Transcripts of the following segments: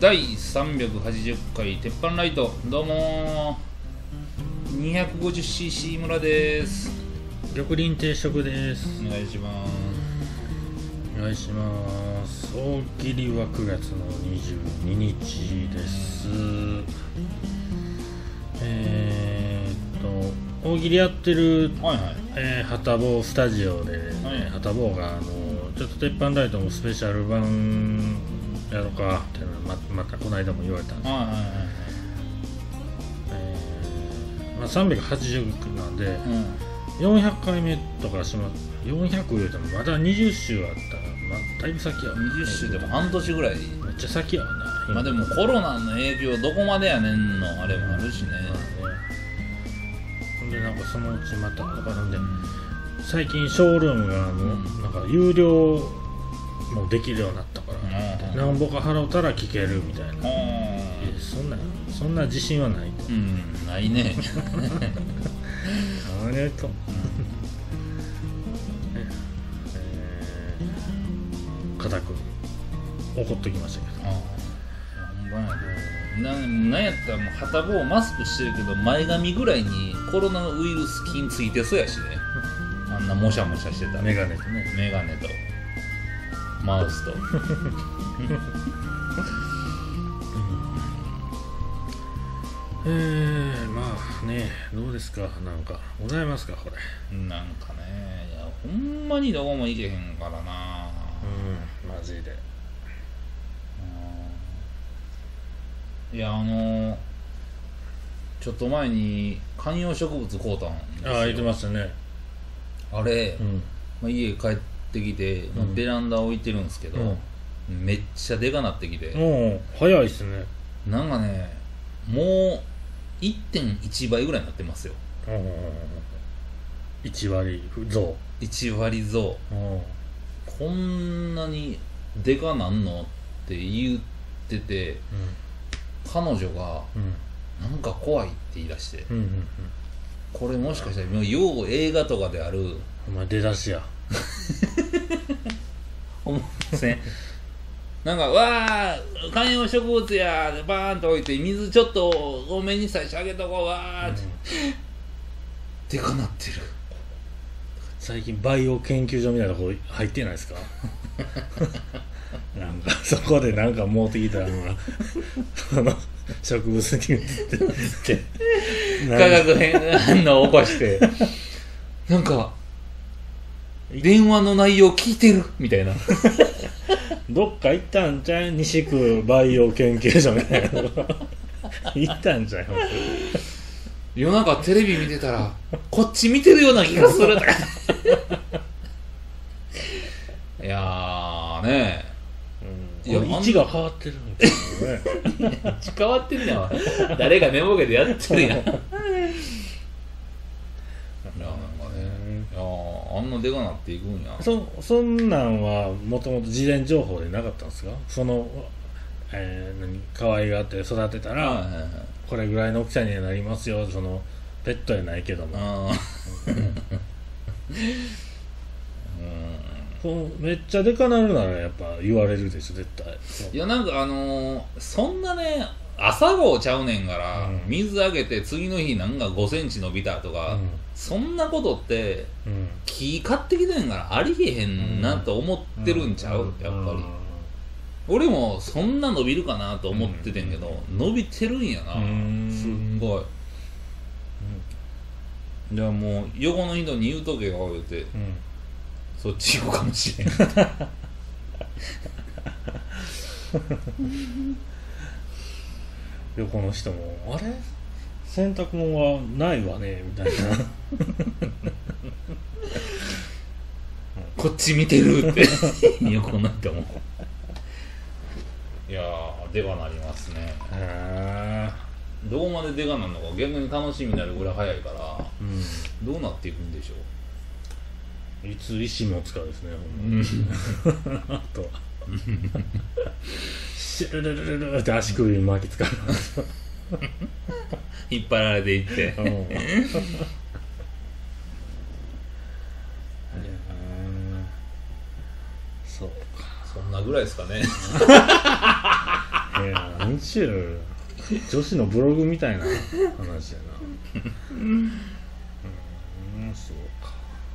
第380回鉄板ライト、どうも 250cc 村です。 玉林定食です。 お願いします。 お願いします。大喜利は9月の22日です。大喜利やってる、はたぼうスタジオで、はたぼうがちょっと鉄板ライトもスペシャル版やろうかっていうのは またこの間も言われたんですけど、380なんで、400回目とかします。400言うてもまだ20週あったら、だいぶ先やわ。 20週でも半年ぐらい。めっちゃ先やわな。 でもコロナの影響どこまでやねんのあれもあるしね。 ほんでなんかそのうちまただからんで、最近ショールームがなんか有料もできるようになったから、何ぼか払うたら聞けるみたいな。そんな自信はないと。 ないね。 あれと。固く怒っときましたけど。 なんやったらもうはたぼうマスクしてるけど前髪ぐらいにコロナウイルス菌ついてそうやしね。あんなもしゃもしゃしてたら。 メガネとね。 メガネとマウスと。 まあね、どうですか、なんかございますか、これ。 なんかね、いやほんまにどこも行けへんからな。 マジで。 いやちょっと前に観葉植物買うたんですよ。 言ってましたね。 あれ、家帰ってきて、ベランダ置いてるんですけど、めっちゃでかなってきて、 早いっすね。 なんかね、もう 1.1 倍ぐらいになってますよ。 1割増。 1割増。こんなにでかなんのって言ってて、彼女がなんか怖いって言い出して、これもしかしたらよう映画とかであるお前出だしや思うんですね。なんかわー観葉植物やでバーンと置いて水ちょっと多めに最初あげとこうわーって、でかなってる。 最近バイオ研究所みたいなとこ入ってないですか？なんかそこでなんか持ってきたのがその植物に移って化学反応を起こしてなんか電話の内容聞いてるみたいな。 どっか行ったんちゃう？西区バイオ研究所みたいな行ったんちゃいます？ 夜中テレビ見てたらこっち見てるような気がする。いやーね位置が変わってるみたいなね。 位置変わってんねん。誰が寝ぼけてやってるやん。いやなんかね、あんなでかなっていくんや。 そんなんはもともと事前情報でなかったんですか？その可愛がって育てたら、これぐらいの大きさにはなりますよ。そのペットやないけども。めっちゃでかなるならやっぱ言われるでしょ絶対。 いやなんかそんなね朝顔ちゃうねんから、水あげて次の日なんか5センチ伸びたとか、そんなことって、木買ってきてんからありえへんなと思ってるんちゃう、やっぱり。俺もそんな伸びるかなと思っててんけど、伸びてるんやな。すんごい。じゃあもう横の人に言うとけよ言うて、そっち行くかもしれん。 横の人もあれ洗濯物はないわねみたいな。 こっち見てるって横の人も。いやーでかなりますね。どこまででかなるのか逆に楽しみになるぐらい早いから、どうなっていくんでしょう。 いつ石も使うですね。あとシュルルルルルって足首に巻きつかる。 引っ張られていって。 そうか。 そんなぐらいですかね。 なんちゅう女子のブログみたいな話やなそうか、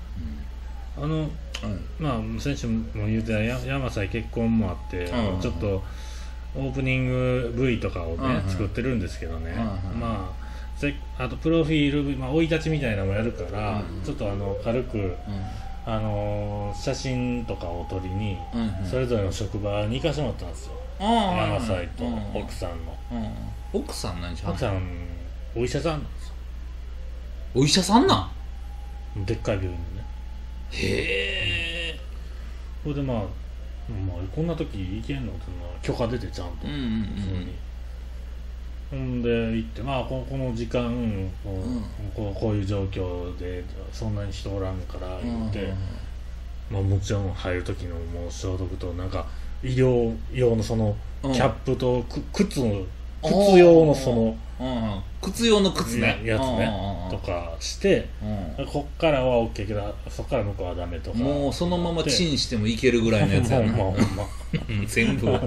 まあ先週も言うてた山さん結婚もあって、ちょっとオープニング V とかをね、作ってるんですけどね、まああとプロフィール、生い立ちみたいなのもやるから、ちょっと軽く、写真とかを撮りに、それぞれの職場に行かせてもらったんですよ、山さんと奥さんの、 奥さん何じゃん、 奥さんお医者さんなんですよ。 お医者さんなん、 でっかい病院のね。 へえ、 それでまあこんな時行けんのって許可出てちゃんと、ほんで行って、この時間こういう状況でそんなに人おらんから言って、もちろん入る時のもう消毒となんか医療用のそのキャップと靴用のその靴用の靴ねやつねとかして、こっからは OK けどそっから向こうはダメとか、 もうそのままチンしてもいけるぐらいのやつやな全部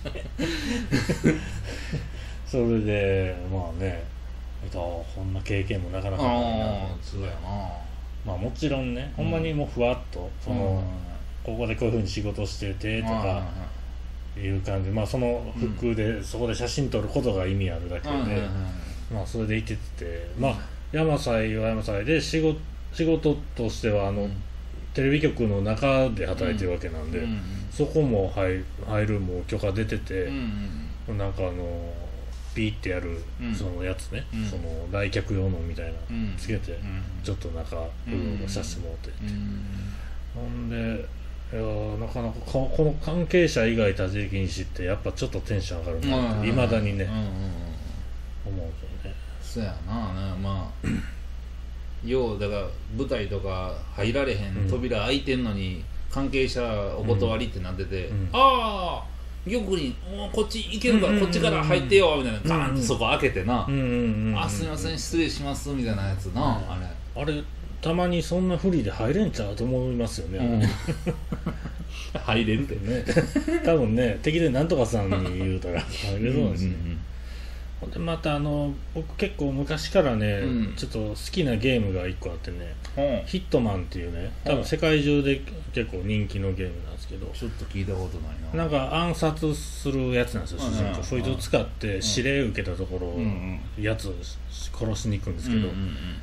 それでこんな経験もなかなかないな。 そうやな。 もちろんね、ほんまにもうふわっとここでこういうふうに仕事しててとかいう感じ、その服でそこで写真撮ることが意味あるだけで、それでいてて、山祭は山祭で仕事としてはテレビ局の中で働いてるわけなんで、そこも入るも許可出てて、なんかピーってやるそのやつね、その来客用のみたいなつけて、ちょっと中うろうろさせてもらってって、ほんでなかなかこの関係者以外立ち入り禁止ってやっぱちょっとテンション上がるなっていまだにね、思うけどね。 そうやな、ようだから舞台とか入られへん扉開いてんのに関係者お断りってなってて、ああ玉にこっち行けるからこっちから入ってよみたいな、ガーンってそこ開けてな、あすいません失礼しますみたいなやつな、 あれたまにそんなフリーで入れんちゃうと思いますよね、 入れるってね多分ね敵でなんとかさんに言うたら入れそうなんですね。でまた僕結構昔からね、ちょっと好きなゲームが1個あってね、ヒットマンっていうね、多分世界中で結構人気のゲームなんですけど、 ちょっと聞いたことないな。 なんか暗殺するやつなんですよ、主人公。そいつを使って指令受けたところ、やつを殺しに行くんですけど、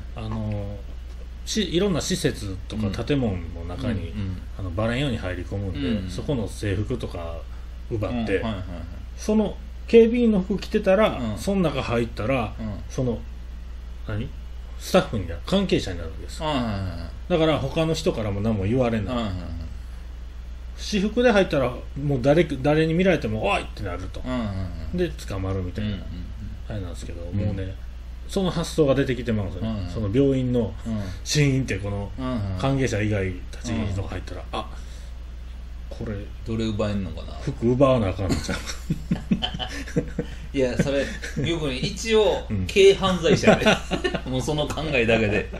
いろんな施設とか建物の中に、バレんように入り込むんで、そこの制服とか奪って、その警備員の服着てたら、その中入ったら、そのスタッフになる、関係者になるんです。だから他の人からも何も言われない。私服で入ったらもう誰に見られてもおいってなると、で捕まるみたいな、あれなんですけど、もうねその発想が出てきてまうんですよね、その病院のシーンってこの関係者以外立ち入りとか入ったら、あこれどれ奪えんのかな、 服奪わなあかんのちゃういやそれよくね一応軽犯罪者でもうその考えだけで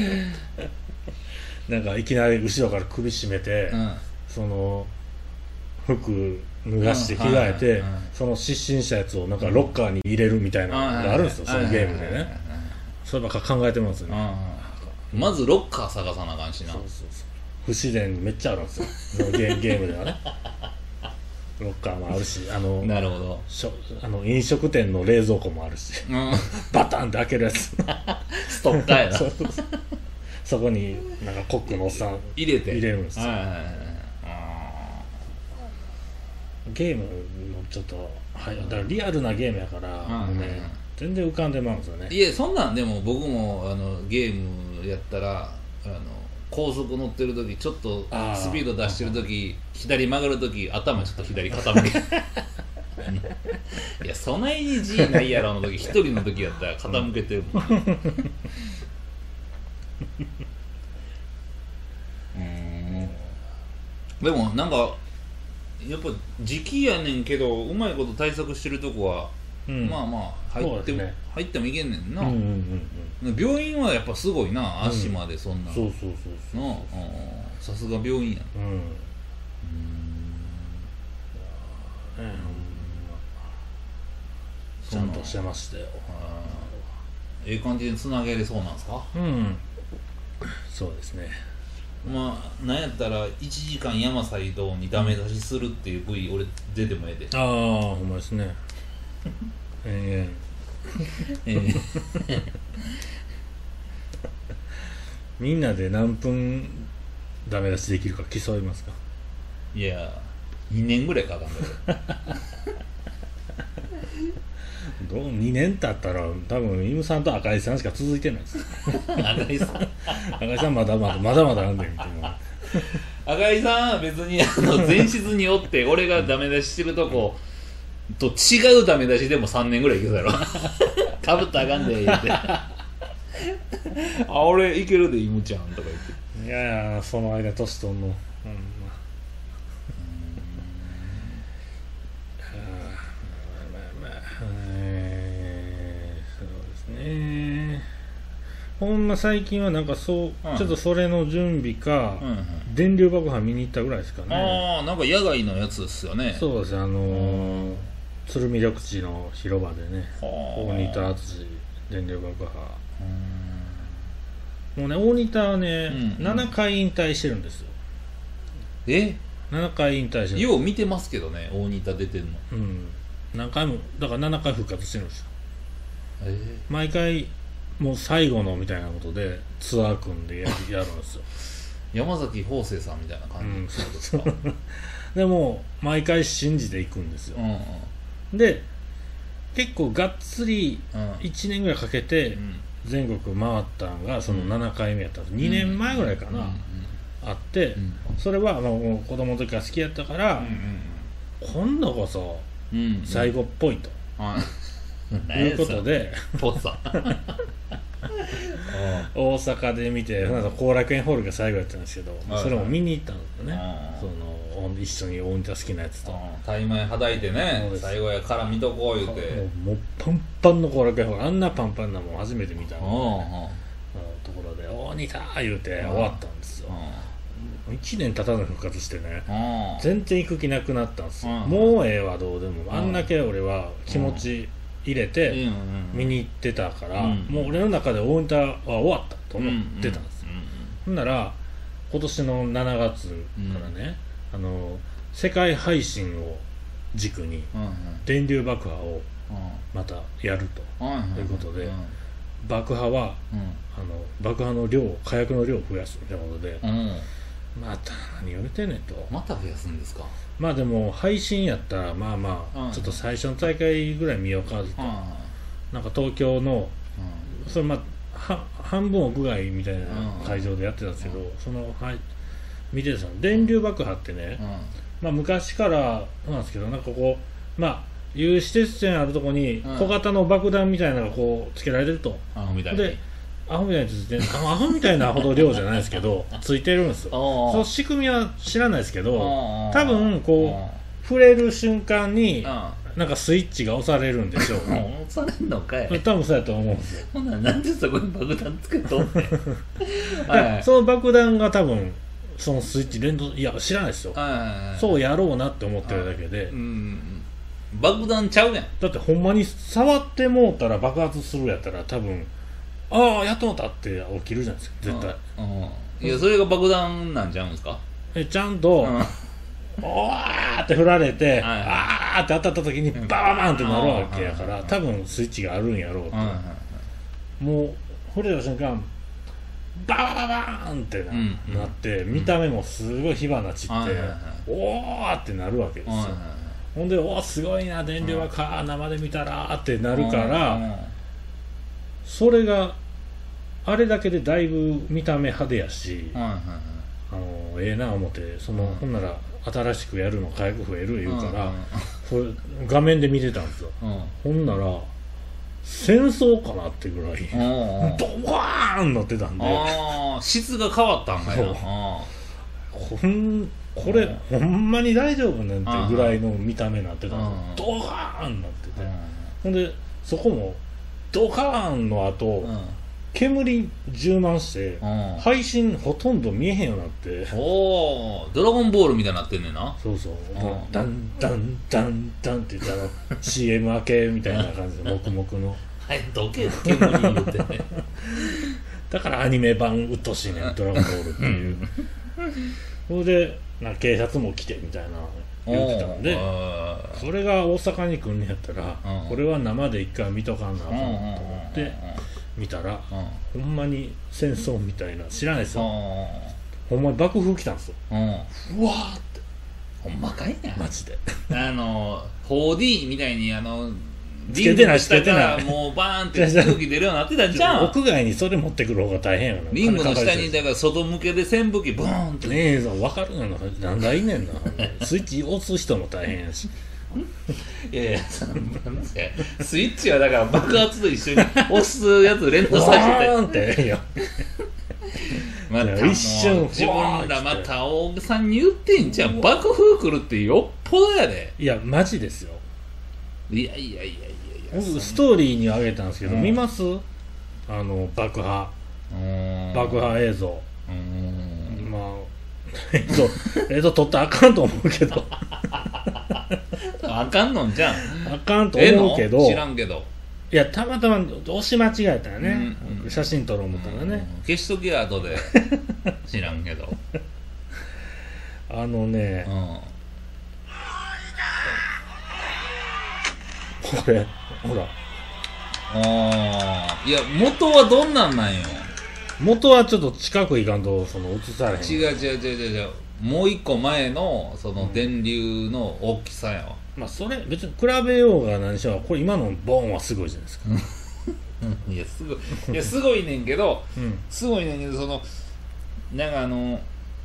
なんかいきなり後ろから首絞めて、その服脱がして着替えて、その失神したやつをなんかロッカーに入れるみたいなのがあるんですよ、そのゲームでね。そればっか考えてますよね。 まずロッカー探さなあかんしな。 そう不自然めっちゃあるんですよ、そのゲームではねロッカーもあるし、 なるほど、 飲食店の冷蔵庫もあるし、バタンって開けるやつストッカーやなそこになんかコックのおっさん入れるんですよ。ゲームのちょっと、だからリアルなゲームやから、もうね全然浮かんでまうんですよね。 いやそんなんでも僕もゲームやったら高速乗ってる時ちょっとスピード出してる時左曲がる時頭ちょっと左傾けいやそないに G ないやろの時一人の時やったら傾けてるもんでもなんかやっぱ時期やねんけどうまいこと対策してるとこは、まあまあ入ってもいけんねんな、病院はやっぱすごいな、足までそんな、 そうさすが病院やな、 ちゃんとしてましたよ。 ええ感じでつなげれそうなんですか？ うん、そうですね。 まあなんやったら1時間山斎藤にダメ出しするっていう V 俺出てもええで。 ああほんまですね。みんなで何分ダメ出しできるか競いますか？ いや2年ぐらいかかんだどう2年経ったら多分イムさんと赤井さんしか続いてないです赤井さん赤井さんまだまだあんねんみたいな。 赤井さんは別に前室におって俺がダメ出ししてるとこと違うダメ出しでも3年ぐらいいけるだろかぶったらあかんで言ってあ俺いけるでイムちゃんとか言って、 いやいやその間年取んの、そうですね。ほんま最近はなんかそう、ちょっとそれの準備か、電流爆破見に行ったぐらいですかね。 ああなんか野外のやつですよね。 そうです鶴見緑地の広場でね、大仁田敦電流爆破。もうね大仁田はね、7回引退してるんですよ。7回引退してる。 よう見てますけどね大仁田出てんの。 何回もだから7回復活してるんですよ。毎回もう最後のみたいなことでツアー組んでやるんですよ山崎邦生さんみたいな感じですか？ でも毎回信じていくんですよ、で結構がっつり1年ぐらいかけて全国回ったのがその7回目やったんです。2年前ぐらいかな、あって、それはもう子供の時から好きやったから、今度こそ最後っぽいと、いうことで大阪で見て後楽園ホールが最後やったんですけど、それも見に行ったんですよね。その一緒に大仁田好きなやつと対面はたいてね、最後やから見とこう言うて、 もうパンパンの後楽園ホール、あんなパンパンなもん初めて見たのところで大仁田言うて終わったんですよ。1年経たず復活してね、全然行く気なくなったんですよ。もうええわどうでも、あんだけ俺は気持ち入れて見に行ってたから、もう俺の中で大仁田は終わったと思ってたんですよ。ほんなら今年の7月からね、世界配信を軸に電流爆破をまたやるということで、爆破は爆破の量、火薬の量を増やすみたいなことで、また何言うてんねんと。 また増やすんですか？ まあでも配信やったらまあまあちょっと最初の大会ぐらい見ようかと、なんか東京のそれまあ半分屋外みたいな会場でやってたんですけど、その見てたの電流爆破ってね、まあ昔からなんですけど、なんかこうまあ有刺鉄線あるとこに小型の爆弾みたいなのがこうつけられてると、でアホみたいなついてる、アホみたいなほど量じゃないですけどついてるんですよ。その仕組みは知らないですけど、多分こう触れる瞬間になんかスイッチが押されるんでしょう。 押されんのかい。 多分そうやと思うんですよ。 ほんならなんでそこに爆弾つけとんねんその爆弾が多分そのスイッチ連動、いや知らないですよ。そうやろうなって思ってるだけで、 爆弾ちゃうやん。 だってほんまに触ってもうたら爆発するやったら多分ああやっと思ったって起きるじゃないですか絶対。 いやそれが爆弾なんちゃうんですか？ ちゃんとおーって振られて、あーって当たった時にバーバーンってなるわけやから、多分スイッチがあるんやろうと。もう振れた瞬間バーバーバーンってなって、見た目もすごい火花散っておーってなるわけですよ。ほんでおーすごいな電流爆破生で見たらってなるから、それがあれだけでだいぶ見た目派手やし、ええな思って、ほんなら新しくやるの火薬増える言うから、画面で見てたんですよ。ほんなら戦争かなってぐらいドワーンなってたんで、 質が変わったんかよ。 これほんまに大丈夫ねんってぐらいの見た目になってたんですよ。ドワーンなってて、ほんでそこもドカーンの後、 煙充満して、配信ほとんど見えへんようになって、 おー、ドラゴンボールみたいになってんねんな。 そうそう、ダンダンダンダンって言ったらCM 明けみたいな感じで黙々のはい、どけ煙言うてねだからアニメ版うっとうしいねんドラゴンボールっていうそれで警察も来てみたいな言ってたんで、それが大阪に来んねやったら、これは生で一回見とかんなあかんと思って見たら、ほんまに戦争みたいな、知らないですよ、ほんまに爆風来たんですよ、うわーって。 ほんまかいな、 マジで 4D みたいにつけてないつけてない、 もうバーンって空気出るようになってたじゃん。 屋外にそれ持ってくる方が大変やな。 リングの下にだから外向けで扇風機ボーンってねえ、分かるのなんだいねんなスイッチ押す人も大変やしいやいやスイッチはだから爆発と一緒に押すやつ連動させてまた一瞬自分らまた大げさに言ってんじゃん。爆風来るってよっぽどやで。 いやマジですよ。 いや僕ストーリーには上げたんですけど、見ます？爆破映像。まあ撮ったらあかんと思うけどあかんのんじゃん。 あかんと思うけど、 知らんけど、 いやたまたま押し間違えたらね、写真撮ろう思ったらね、 消しときや後で知らんけどこれほら、 いや元はどんなんなんよ。 元はちょっと近く行かんと映されへん。 違うもう一個前のその電流の大きさやわ。 まあそれ別に比べようが何しろこれ今のボーンはすごいじゃないですかいやすごいねんけど、すごいねんけど、そのなんか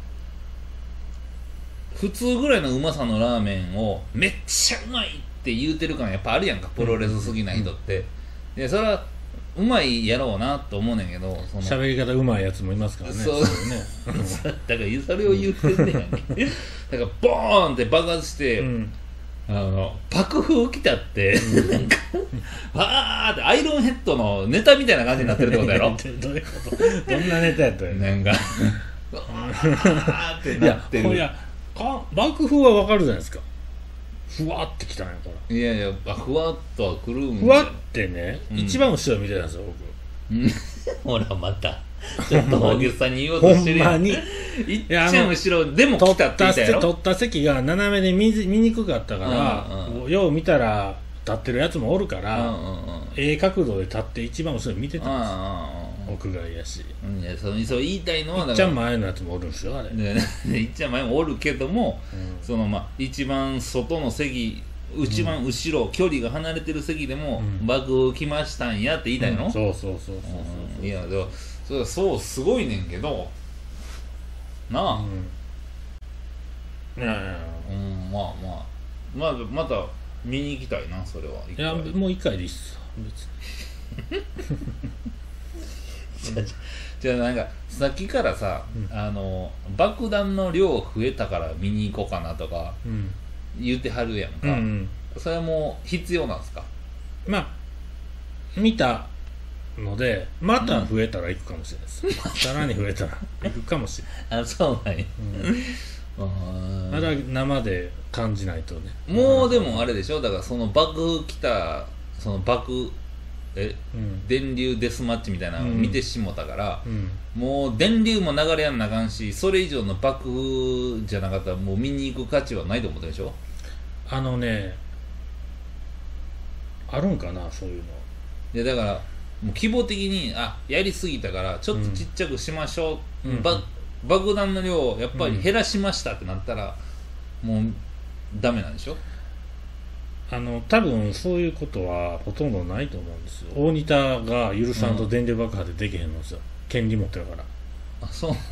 普通ぐらいのうまさのラーメンをめっちゃうまいって言うてる感やっぱあるやんか、プロレス好きな人って、でそれはうまいやろうなと思うねんけど、 喋り方うまいやつもいますからね。 そうねだからそれを言ってんねんだからボーンって爆発して、爆風来たってなんかわーってアイロンヘッドのネタみたいな感じになってるってことやろどういうことどんなネタやったんやなんかわーってなってる。 いや爆風はわかるじゃないですか。ふわってきたんやから。 いやふわっとはくるんふわってね、一番後ろ見てたんですよ僕ほらまたちょっと大げさに言おうとしてるやん。ほんまにいっちゃん後ろでも来たって言ったやろ。 取った席が斜めで見にくかったから、よう見たら立ってるやつもおるから、角度で立って一番後ろ見てたんですよ。屋外やし。 いやそう言いたいのは、 いっちゃん前のやつもおるんですよあれ。 いっちゃん前もおるけども、その一番外の席、一番後ろ、距離が離れてる席でも爆来ましたんやって言いたいの。 そういやでもそうすごいねんけどなあ。また見に行きたいなそれは。 いやもう一回でいいっす別にじゃあなんかさっきからさ、爆弾の量増えたから見に行こうかなとか言ってはるやんか、それはもう必要なんですか？ まあ見たのでまた増えたら行くかもしれないです、さらに増えたら行くかもしれないそうなんや、 まだ生で感じないとね。 もうでもあれでしょ、だからその爆来たその電流デスマッチみたいなのを見てしもたから、もう電流も流れやんなあかんし、それ以上の爆じゃなかったらもう見に行く価値はないと思ったでしょ。 あるんかなそういうの。 いやだからもう規模的にやりすぎたからちょっとちっちゃくしましょう、爆弾の量をやっぱり減らしましたってなったら、もうダメなんでしょ。 多分そういうことはほとんどないと思うんですよ。大仁田が許さんと電流爆破でできへんのですよ、権利持ってるから。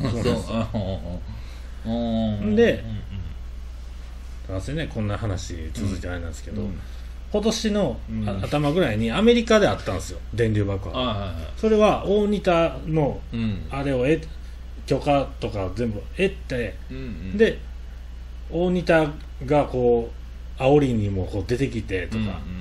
でなぜねこんな話続いてあれなんですけど、今年の頭ぐらいにアメリカであったんですよ電流爆破。それは大仁田のあれを許可とか全部得て、で大仁田がこう煽りにもこう出てきてとか、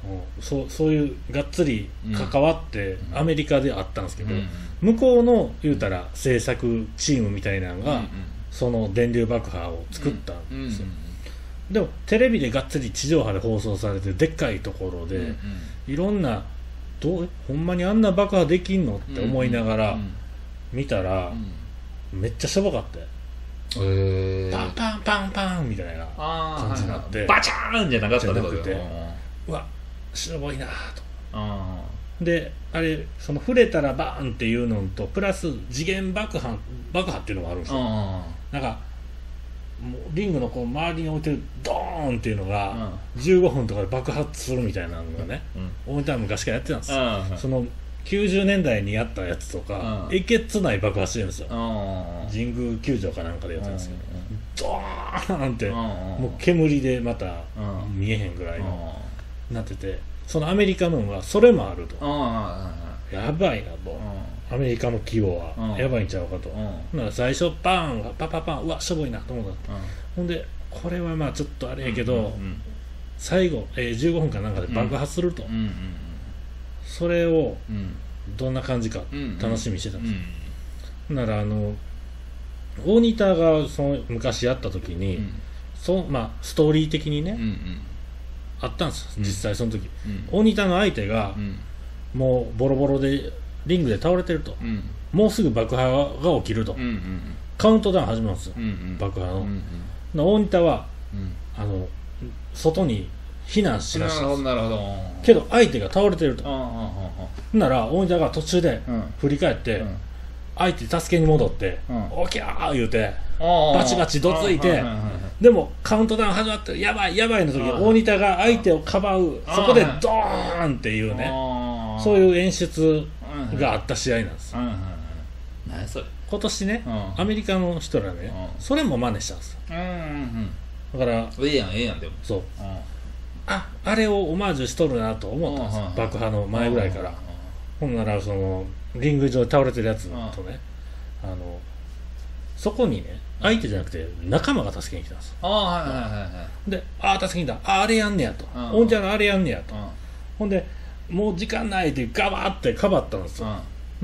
そういうがっつり関わってアメリカであったんですけど、向こうの言うたら制作チームみたいなのがその電流爆破を作ったんですよ。でもテレビでがっつり地上波で放送されてでっかいところでいろんなほんまにあんな爆破できんのって思いながら見たらめっちゃしょぼかったよ。パンパンパンパンみたいな感じになって、 バチャーンじゃなかったってことよ。 うわしょぼいなと。であれその触れたらバーンっていうのとプラス次元爆破っていうのがあるんですよ。なんかもうリングのこう周りに置いてるドーンっていうのが15分とかで爆発するみたいなのがね、大分は昔からやってたんですよ。その90年代にやったやつとかえげつない爆破してるんですよ。神宮球場かなんかでやってたんですけど、ドーンってもう煙でまた見えへんぐらいのなってて、そのアメリカのはそれもあると、やばいなと、アメリカの規模はやばいんちゃうかと。だから最初バーンがパパパン、うわしょぼいなと思った。ほんでこれはまあちょっとあれやけど最後15分かなんかで爆発すると、それをどんな感じか楽しみにしてたんですよ。なら大仁田がその昔やった時にまあストーリー的にねあったんですよ実際その時。大仁田の相手がもうボロボロでリングで倒れてると、もうすぐ爆破が起きると、カウントダウン始まるんですよ、爆破の。大仁田は外に避難しだしたんです。なるほどけど相手が倒れてると。 なら大仁田が途中で振り返って、相手助けに戻っておきゃー言うてバチバチどついて、でもカウントダウン始まってやばいやばいの時に大仁田が相手をかばう、そこでドーンっていうね、そういう演出があった試合なんですよ。 何それ。 今年ねアメリカの人らねそれも真似したんですよ。だからええやんでもそう、あれをオマージュしとるなと思ったんですよ、爆破の前ぐらいから。ほんならそのリング上で倒れてるやつとね、そこにね相手じゃなくて仲間が助けに来たんですよ。で助けに来た、あれやんねやと、おんちゃんのあれやんねやと。ほんでもう時間ないってガバってかばったんですよ。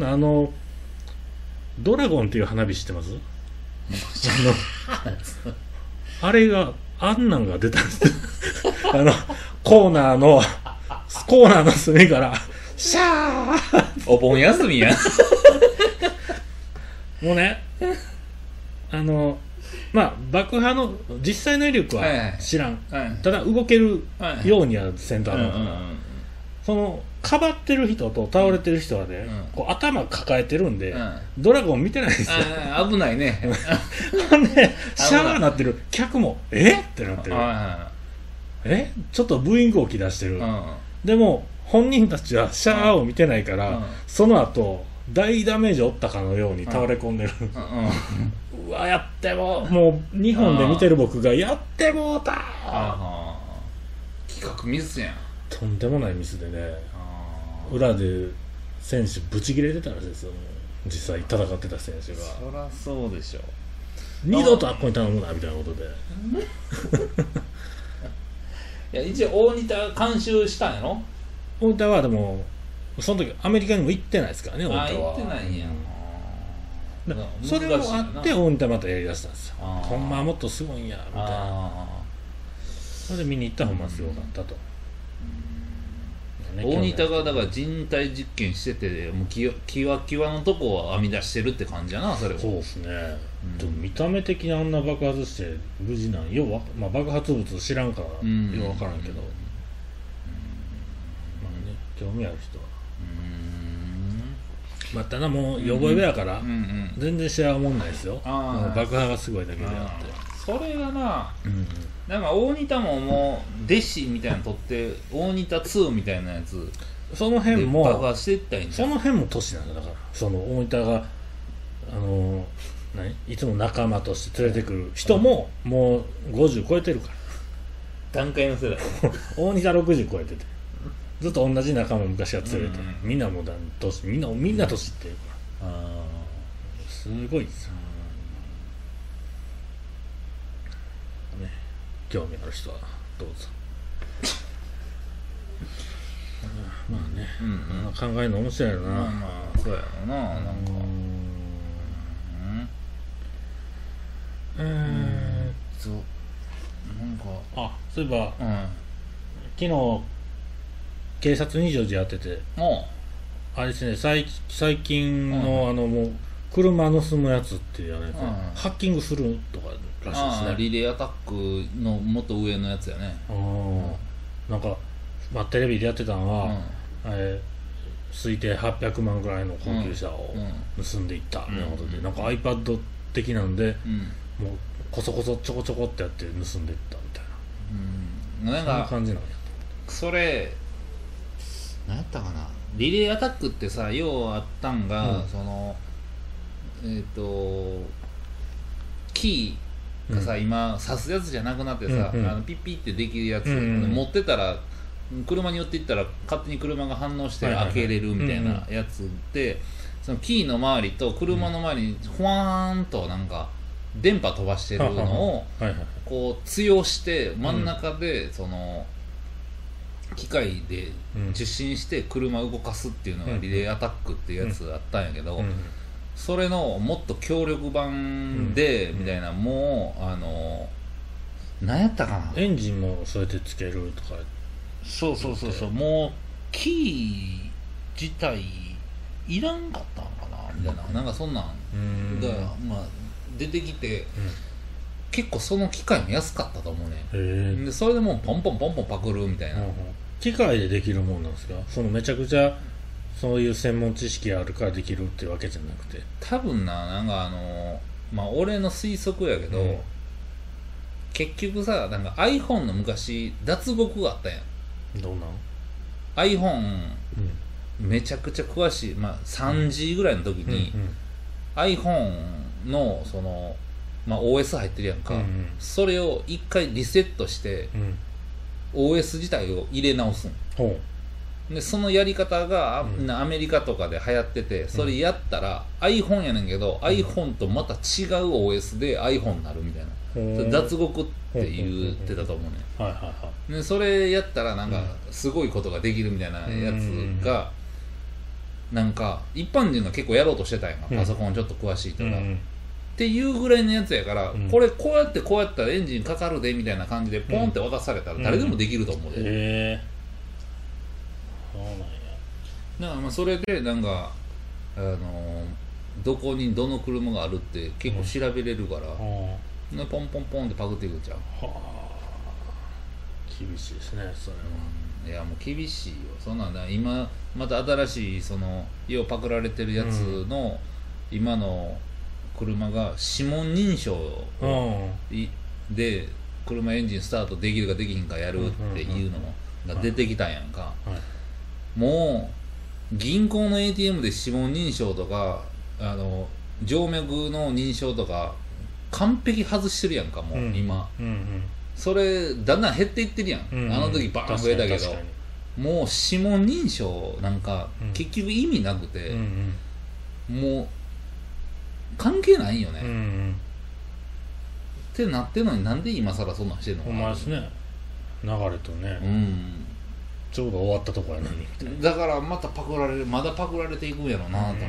ドラゴンっていう花火知ってます？あれがあんなんが出たんですコーナーの隅からシャーお盆休みやもうねまあ爆破の実際の威力は知らん、ただ動けるようにはせんとあるのかな。そのかばってる人と倒れてる人はね、こう頭抱えてるんで、ドラゴン見てないんですよ。 危ないね。 ほんでシャーなってる客もってなってる。ちょっとブーイングを起き出してる。でも本人たちはシャーを見てないから、その後大ダメージ負ったかのように倒れ込んでる。うわやってもう日本で見てる僕がやってもうた。 企画ミスやん。 とんでもないミスでね、裏で選手ブチ切れてたらしいですよ。実際戦ってた選手が。 そりゃそうでしょ。 二度とあっこに頼むなみたいなことで。 いや一応大仁田監修したんやろ。 大仁田はでもその時アメリカにも行ってないですからね。大仁田は行ってないんや。 それもあって大仁田またやりだしたんですよ。ほんまはもっとすごいんやみたいな。それで見に行ったらほんますごかったと。 大仁田がだから人体実験しててもうキワキワのとこを編み出してるって感じやな。それはそうですね、でも見た目的にあんな爆発して無事なん爆発物知らんからよう分からんけど、興味ある人はただもうヨボヨボやから全然試合は思んないですよ。爆破がすごいだけであって。 それがな、なんか大仁田ももう弟子みたいなの取って大仁田2みたいなやつその辺も爆破していったらいいんじゃん。 その辺も年なんだ。だからその大仁田がいつも仲間として連れてくる人ももう50超えてるから段階の世代大仁田60超えててずっと同じ仲間昔は連れて、みんなもう年みんな年いってるからすごいですよ。興味ある人はどうぞ。 ね、 うんうん、 考えるの面白いよな。 まあまあそうやろな、なんかなんかそういえば、 うん、 昨日警察24時やってて、あれですね、最近の、もう車盗むやつっていうやつ、ハッキングするとからしいですね。 リレーアタックのもっと上のやつやね。 なんか、テレビでやってたのは、推定800万ぐらいの高級車を盗んでいったみたいなことで、なんか iPad 的なんで、もうこそこそちょこちょこってやって盗んでいったみたいな、 なんかそんな感じなんや。 それ何やったかな、リレーアタックってさ、ようあったんが、そのキーがさ、今刺すやつじゃなくなってさ、ピッピってできるやつ、持ってたら車に寄っていったら勝手に車が反応して開けれるみたいなやつで、そのキーの周りと車の周りにふわーんとなんか電波飛ばしてるのをこう強して真ん中でその機械で受信して車を動かすっていうのがリレーアタックっていうやつあったんやけど、それのもっと強力版でみたいな、もう何やったかな、 エンジンもそうやってつけるとか。 そうもうキー自体いらんかったのかなみたいな、なんかそんなんがまあ出てきて、結構その機械も安かったと思うね。でそれでもうポンポンパクるみたいな、 機械でできるもんなんですか？そのめちゃくちゃそういう専門知識あるからできるっていうわけじゃなくて、 多分なんかまあ俺の推測やけど、結局さ、なんか iPhone の昔脱獄があったやん。 どうなん？ iPhone、めちゃくちゃ詳しい、まあ 3G ぐらいの時に、iPhone のその、まあ、OS 入ってるやんか、それを一回リセットして、OS 自体を入れ直すんで、そのやり方が、アメリカとかで流行ってて、それやったら iPhone やねんけど、iPhone とまた違う OS で iPhone になるみたいな、脱獄って言ってたと思うね。でそれやったらなんかすごいことができるみたいなやつが、なんか一般人が結構やろうとしてたんやんか、パソコンちょっと詳しいとか、っていうぐらいのやつやから、これこうやったらエンジンかかるでみたいな感じでポンって渡されたら誰でもできると思うで、 そうなんや。 だからまあそれでなんかどこにどの車があるって結構調べれるから、ポンポンポンってパクっていくじゃん。 厳しいですねそれは。 いやもう厳しいよ、そんなんだ。今また新しいそのようパクられてるやつの、今の車が指紋認証で車エンジンスタートできるかできひんかやるっていうのが出てきたんやんか。もう銀行の ATM で指紋認証とか静脈の認証とか完璧外してるやんか、もう今、それだんだん減っていってるやん、あの時バーン増えたけど、もう指紋認証なんか結局意味なくて、もう関係ないよね、ってなってんのに、なんで今更そんなんしてんのかな。 ほんまですね、流れとね、ちょうど終わったとこやのにみたいな。 だからまたまだパクられていくんやろうなと思って。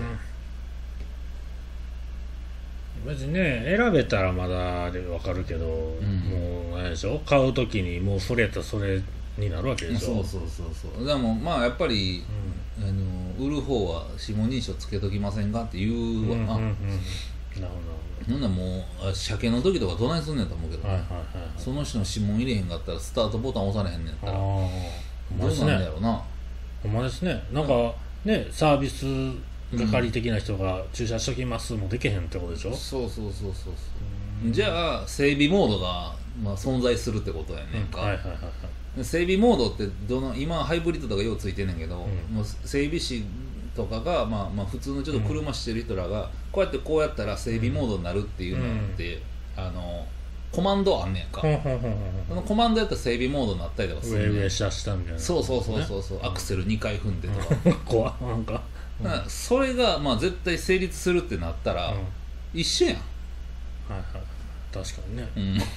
別にね、選べたらまだで分かるけど、もうあれでしょ、買うときにもうそれやったらそれになるわけでしょ。 そうでもまあやっぱり、売る方は指紋認証つけときませんかって言うわな。なるほど。なんだもう車検の時とかどないすんねんと思うけど、その人の指紋入れへんかったらスタートボタン押されへんねんったらどうなんやろうな。 ほんまですね。なんかね、サービス係的な人が駐車しときますもできへんってことでしょ。 そうじゃあ整備モードが、まあ、存在するってことやねんか。整備モードって今ハイブリッドとかようついてんねんけど、もう整備士とかが、まあ普通のちょっと車してる人らがこうやったら整備モードになるっていうのって、コマンドあんねんか。そのコマンドやったら整備モードになったりとかする、 上下下みたいな。 そうアクセル2回踏んでとか怖っ、なんかそれがまあ絶対成立するってなったら一緒やん。 確かにね。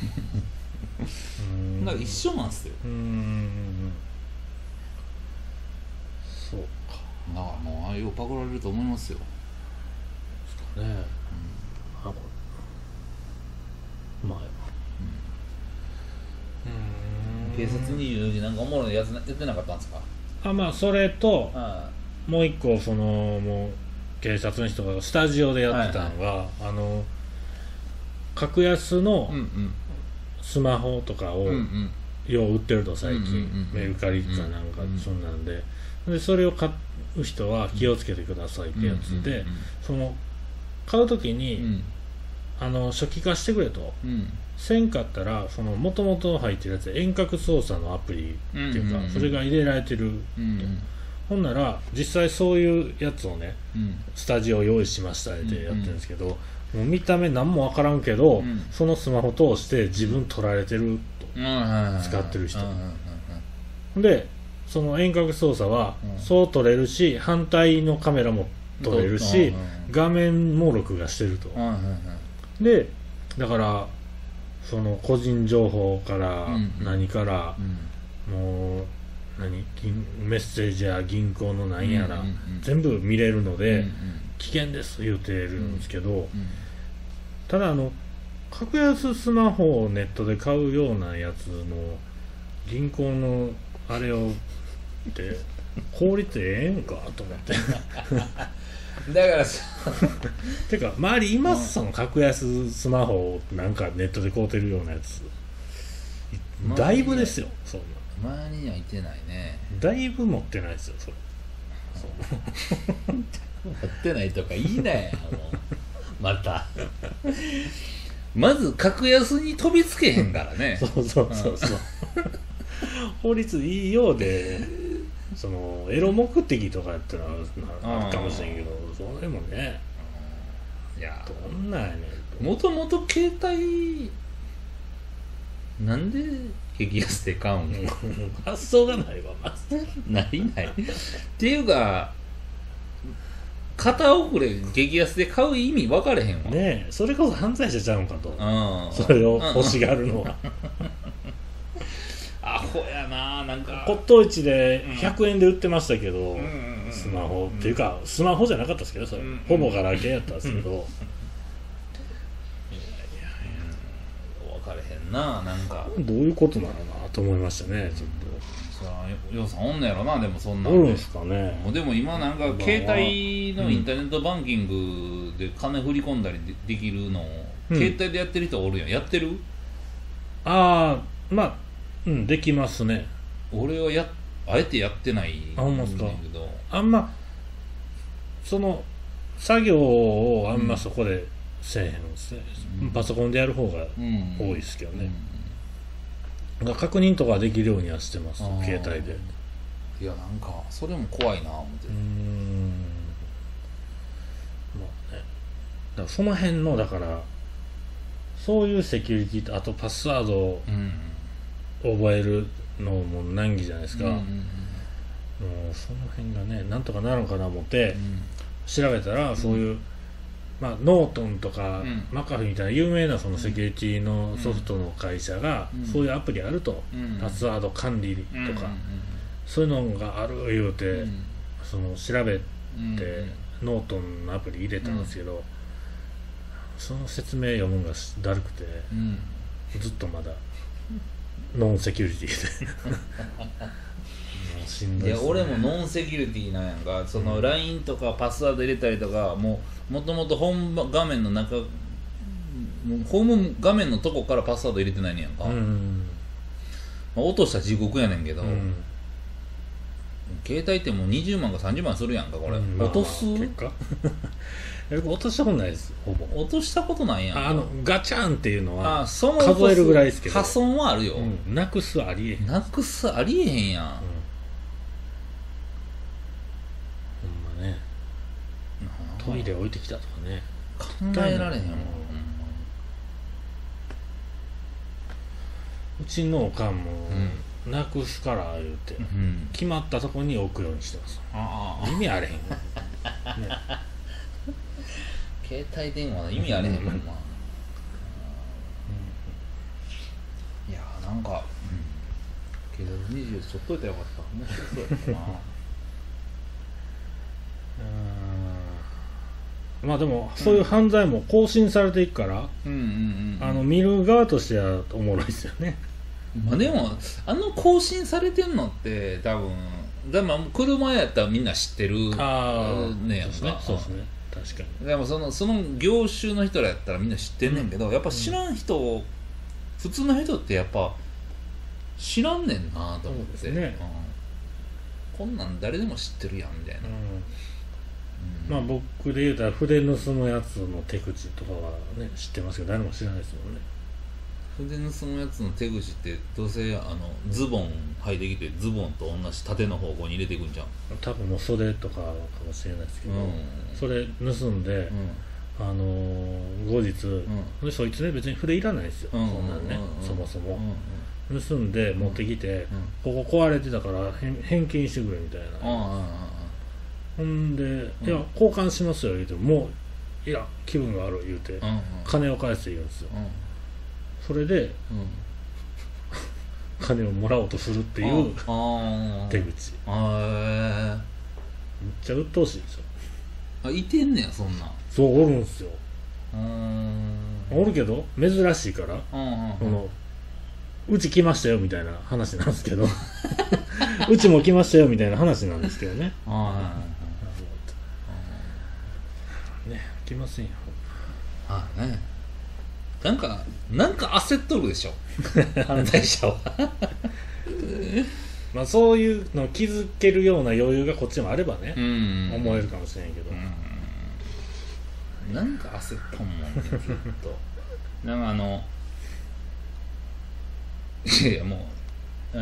だから一緒なんすよ。 そうか。 だからもうああいうパクられると思いますよ。 ねえ、あ、まあ、 警察24時なんかおもろいやつやってなかったんですか？ まあそれともう一個もう警察の人がスタジオでやってたのが、格安のスマホとかをよう売ってると最近、メルカリかなんかそんなんで、それを買う人は気をつけてくださいってやつで、その買う時に、初期化してくれと、せんかったらその元々入ってるやつで遠隔操作のアプリっていうか、それが入れられてると、ほんなら実際そういうやつをね、スタジオ用意しましたってやってるんですけど、もう見た目何も分からんけど、そのスマホ通して自分撮られてると、使ってる人で、その遠隔操作はそう撮れるし、反対のカメラも撮れるし、画面も録画してると、でだからその個人情報から何から、もうメッセージや銀行の何やら、全部見れるので、危険です言うてるんですけど、ただ格安スマホをネットで買うようなやつの銀行のあれをって法律ええんかと思ってだからてか周りいます、その格安スマホをなんかネットで買うてるようなやつ、だいぶですよ。そんな周りにはいてないね。 だいぶ持ってないですよそれ。 持ってないとか言いなやもうまたまず格安に飛びつけへんからね。 そう法律いいようで、そのエロ目的とかやったらあるかもしれんけど、それもね、 いやどんなんやねん。 もともと携帯なんで激安で買うん発想がないわまずないっていうか、片遅れ激安で買う意味分かれへんわねえ。それこそ犯罪者ちゃうんかと、それを欲しがるのはアホやな。なんか骨董市で100円で売ってましたけど、スマホっていうかスマホじゃなかったですけど、それほぼガラケーやったんですけど、 分かれへんな。なんかどういうことなのかなと思いましたね。ちょっとようさんおんのやろな。でもそんなんおるんすかね。 でも今なんか携帯のインターネットバンキングで金振り込んだり できるのを、携帯でやってる人おるやん。やってる？ まあできますね。俺はあえてやってないんだけど、 あんまその作業をあんまそこでせえへんですね。パソコンでやる方が多いですけどね。確認とかできるようにはしてます、携帯で。 いや、なんかそれも怖いな思って。 まあね、だからその辺の、だからそういうセキュリティと、あとパスワードを覚えるのも難儀じゃないですか。もうその辺がね、なんとかなるのかな思って調べたら、そういう、ノートンとか、マカフィみたいな有名なそのセキュリティのソフトの会社が、そういうアプリあると、パスワード管理とか、そういうのがある言うて、その調べて、ノートンのアプリ入れたんですけど、その説明読むのがだるくて、ずっとまだノンセキュリティでしんどいですね。 いや、俺もノンセキュリティなんやんか。その LINE とかパスワード入れたりとか、もともとホーム画面の中、ホーム画面のとこからパスワード入れてないねんやんか。落としたら地獄やねんけど、携帯ってもう20万か30万するやんか、これ。落とす？ 結果落としたことないです。ほぼ落としたことないやん。 ガチャンっていうのは数えるぐらいですけど、 破損はあるよ。 なくすありえへん。 なくすありえへんやん。ほんまね。トイレ置いてきたとかね、 考えられへんわ。 うちのおかんもなくすから言うて、決まったとこに置くようにしてます。意味あれへんね。 携帯電話の意味あれへんもんな。いやー、なんか警察20ちょっといたらよかった。面白そうやったな。 まあでもそういう犯罪も更新されていくから、見る側としてはおもろいですよね。 まあでも更新されてんのって多分でも車やったらみんな知ってるねやんか。 そうですね、確かに。 でもその業種の人らやったらみんな知ってんねんけど、やっぱ知らん人、普通の人ってやっぱ知らんねんなと思って、 そうですね、 こんなん誰でも知ってるやんみたいな。 まあ僕で言うたら筆盗むやつの手口とかはね知ってますけど誰も知らないですもんね。 筆盗むやつの手口ってどうせズボン履いてきてズボンと同じ縦の方向に入れていくんじゃん。 多分もう袖とかかもしれないですけど、それ盗んで、後日、でそいつね別に筆いらないですよ、そんなんね、そもそも、盗んで持ってきて、ここ壊れてたから返金してくれみたいな、ほんで、いや交換しますよ言うてもういや気分が悪い言うて、金を返せ言うんですよ、それで、金をもらおうとするっていう手口。めっちゃ鬱陶しいですよ。 いてんねやそんなん。 そうおるんすよ。おるけど珍しいから、うち来ましたよみたいな話なんですけどうちも来ましたよみたいな話なんですけどね。ね、来ませんよ。 ね。なんか焦っとるでしょ犯罪者はまあそういうのを気づけるような余裕がこっちもあればね、思えるかもしれんけど、 なんか焦っとんもんねずっとなんかいやもう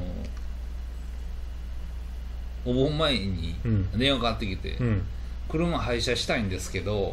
お盆前に電話かかってきて、車廃車したいんですけど、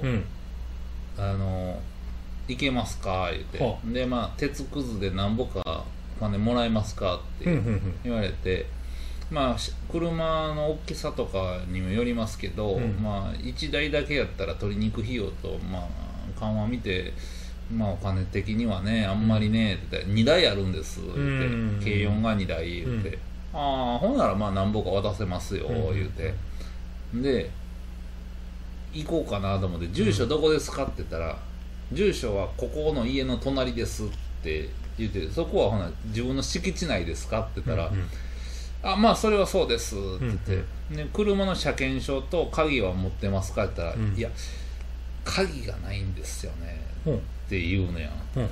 行けますか言って、でまあ鉄くずでなんぼかお金もらえますかって言われて、まあ車の大きさとかにもよりますけど、まあ1台だけやったら取りに行く費用とまあ緩和見て、まあお金的にはねあんまりねって言って2台あるんですって軽4が2台言って、ああほんならまあなんぼか渡せますよ言うて、で行こうかなと思って住所どこですかって言ったら、住所はここの家の隣ですって言って、そこはほな自分の敷地内ですかって言ったら、あまあそれはそうですって言って、で車の車検証と鍵は持ってますかって言ったら、いや鍵がないんですよねって言うのや、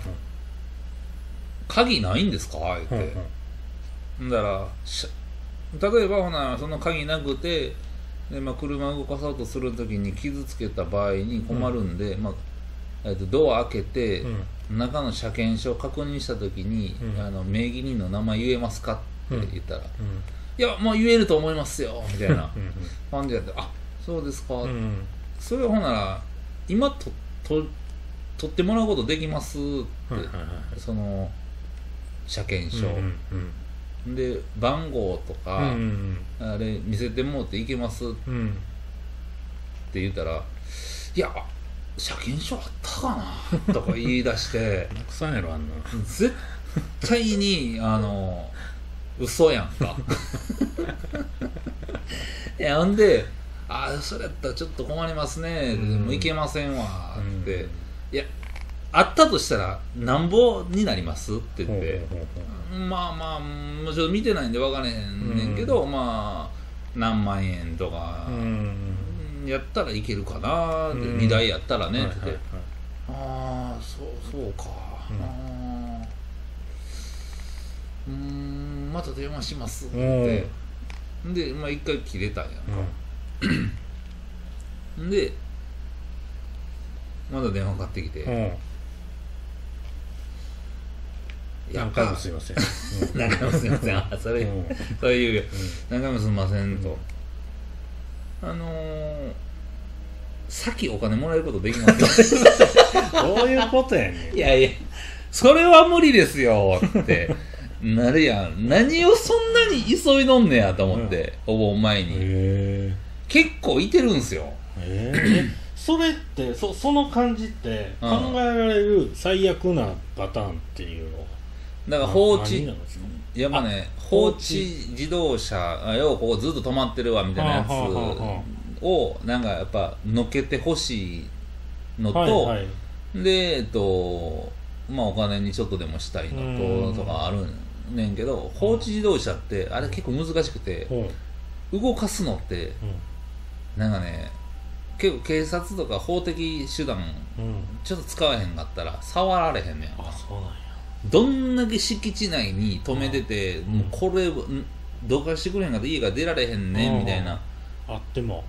鍵ないんですかって言って、だから例えばほなその鍵なくてで、まあ、車を動かそうとするときに傷つけた場合に困るんで、まあドア開けて、中の車検証を確認したときに、名義人の名前言えますかって言ったら、いやもう言えると思いますよみたいな感じで、あそうですか、それはほんなら今取ってもらうことできますって、その車検証、で番号とか、あれ見せてもらっていけますって言ったら、いや車検証あったかなとか言い出してなくさんやろあんな絶対に嘘やんかいやほんでそれやったらちょっと困りますね、もういけませんわって、いやあったとしたらなんぼになりますって言って、まあまあもうちょっと見てないんで分からへんねんけど、まあ何万円とかやったらいけるかなって、2台やったらねって言って、ああそうか、また電話しますって言って、でまあ1回切れたんやんか、でまだ電話かかってきて、 何回もすいません何回もすいませんそういう何回もすいませんと、さっきお金もらえることできますかどういうことやねん。 いやいやそれは無理ですよってなるやん。何をそんなに急いどんねやと思って、お盆前に結構いてるんすよ。 それってその感じって考えられる最悪なパターンっていうのだから放置やっぱね放置自動車要はここずっと止まってるわみたいなやつをなんかやっぱのけてほしいのと、 はいはい、 でまあお金にちょっとでもしたいのとかあるねんけど、放置自動車ってあれ結構難しくて、動かすのってなんかね結構警察とか法的手段ちょっと使わへんかったら触られへんねん。 あ、そうなんや。 どんだけ敷地内に止めてて、もうこれどかしてくれへんかったら家が出られへんねんみたいなあっても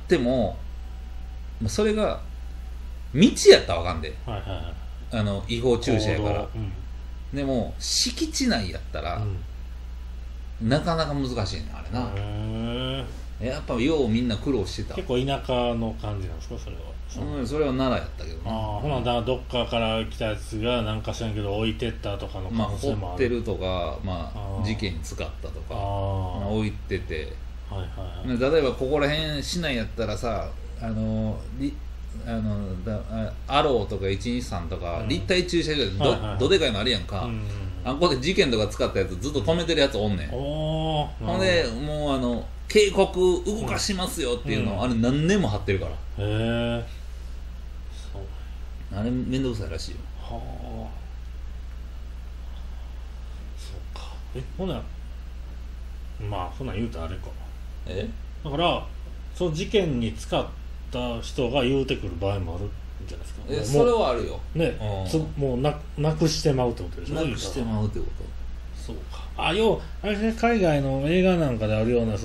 それが道やったらわかんで、 はいはいはい、 違法駐車やから、でも敷地内やったら、なかなか難しいねあれな。やっぱようみんな苦労してた。 結構田舎の感じなんですかそれは。 それは奈良やったけどね。 ほなだどっかから来たやつがなんか知らんけど置いてったとかの可能性もある。 掘ってるとか、事件に使ったとか置いてて、はいはいはい、例えばここら辺市内やったらさアローとか123とか、立体駐車場で どでかいのあるやんか、あここで事件とか使ったやつずっと止めてるやつおんねん。ほんでもう警告動かしますよっていうのを、あれ何年も貼ってるから。へえ。あれめんどくさいらしいよ。はあ。 そうか。ほなほな言うたらあれか。だからその事件に使った人が言うてくる場合もあるんじゃないですか。 それはあるよね。もうなくしてまうってことでしょ。 なくしてまうってこと。 そうか。あれね、海外の映画なんかであるような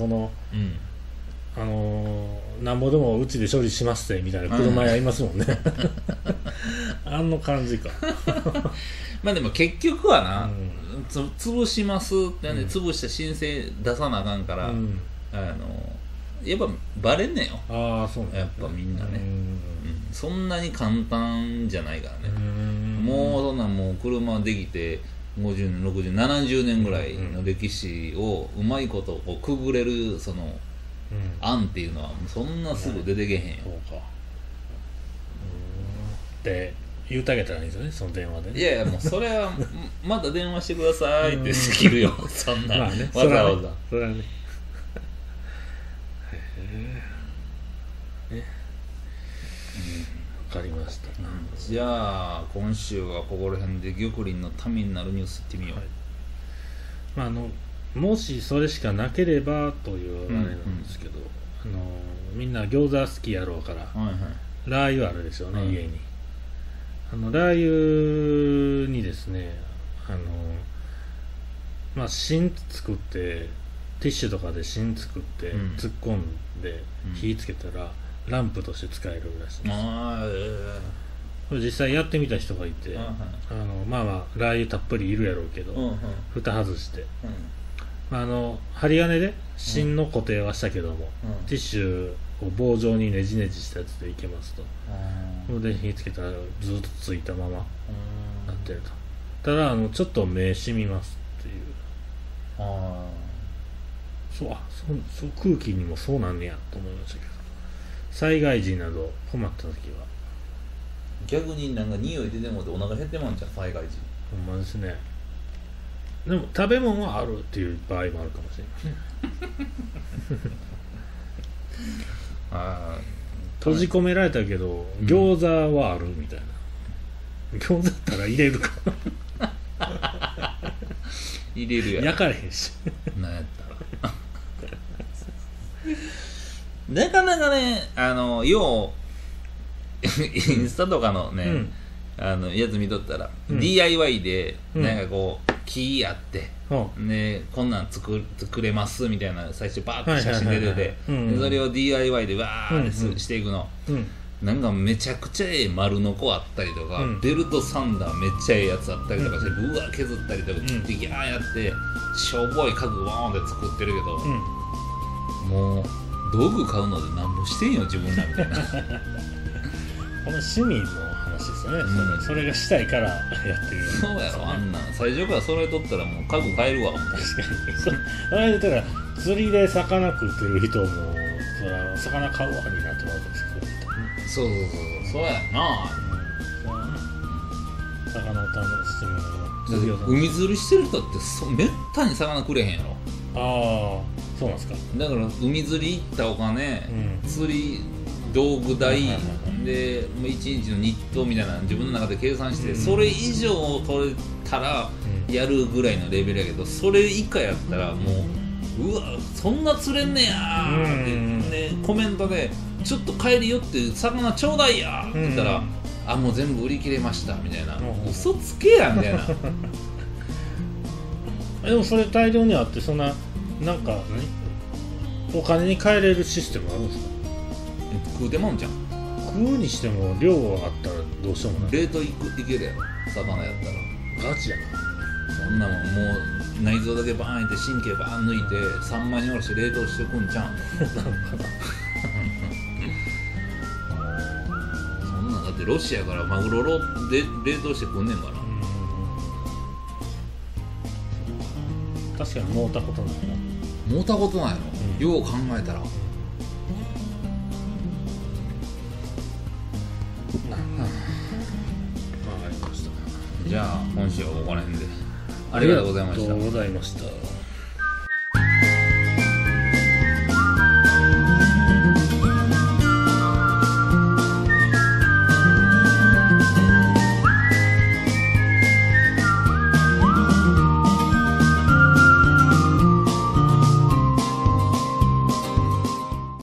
なんぼでもうちで処理しますってみたいな車やりますもんね。あの感じか。 でも結局はな、潰しますって潰した申請出さなあかんから、やっぱバレんねんよ。 ああ、そうね。 やっぱみんなね、そんなに簡単じゃないからね。もうそんなもう車できて50年60年70年ぐらいの歴史をうまいことこうくぐれるその案っていうのはそんなすぐ出てけへんよ。 そうか。って言うてあげたらいいんですよね、その電話でね。 いやいやもうそれはまた電話してくださいってできるよ。そんなわざわざ。 それはね。わかりました。 じゃあ今週はここら辺で玉林のためになるニュースいってみよう。はい、もしそれしかなければというあれなんですけど、みんな餃子好きやろうから、ラー油あるでしょうね、家に。ラー油にですね、芯作ってティッシュとかで芯作って突っ込んで火つけたらランプとして使えるらしいです。実際やってみた人がいて、ラー油たっぷりいるやろうけど、蓋外して、針金で芯の固定はしたけども、ティッシュを棒状にねじねじしたやつでいけますと。それで火つけたらずっとついたままなってると。ただちょっと目しみますっていう。そう空気にもそうなんねやと思いましたけど、災害時など困った時は逆になんか匂い出てもってお腹減ってまうんじゃん災害時。 ほんまですね。でも食べ物はあるっていう場合もあるかもしれない閉じ込められたけど餃子はあるみたいな。餃子だったら入れるか。 入れるやん。 焼かれへんし。 なんやったら。なかなかね、ようインスタとかのね、やつ見とったら、DIY でなんかこう木やって、ね、こんなん作れますみたいな最初バーッと写真出てて、それを DIY でわーってしていくの、なんかめちゃくちゃええ丸のこあったりとか、ベルトサンダーめっちゃええやつあったりとかして、うわ削ったりとか切ってギャーやってしょぼい家具ワーンって作ってるけど、もう道具買うので何もしてんよ自分らみたいな。 この趣味の話ですよね、それがしたいからやってる。 そうやろ、あんなん最初から揃えとったらもう家具買えるわ。確かに。 それ言ったら釣りで魚食ってる人もそら魚買うわになってまうんですけど、 そうやな、 魚を楽しむ海釣りしてる人ってめったに魚くれへんやろ。 そうなんですか。 だから海釣り行ったお金、釣り道具代で1日の日当みたいなの自分の中で計算して、それ以上取れたらやるぐらいのレベルやけど、それ以下やったらもう、うわそんな釣れんねやーって、コメントでちょっと帰り寄って魚ちょうだいやって言ったら、あもう全部売り切れましたみたいな、嘘つけやみたいなでもそれ大量にあって、そんななんかお金に換えれるシステムあるんですか？ 食うてまうんじゃん。 食うにしても量があったらどうしようもない。 冷凍いけるやろ魚やったら。 ガチやな。 そんなもんもう内臓だけバーンいって神経バーン抜いて3枚におろして冷凍してくんじゃんそんなんだってロシアからマグロで冷凍してくんねんから。 確かにもうたことないな。 もうたことないの、よう考えたら。わかりました。じゃあ今週はここら辺でありがとうございました。 ありがとうございました。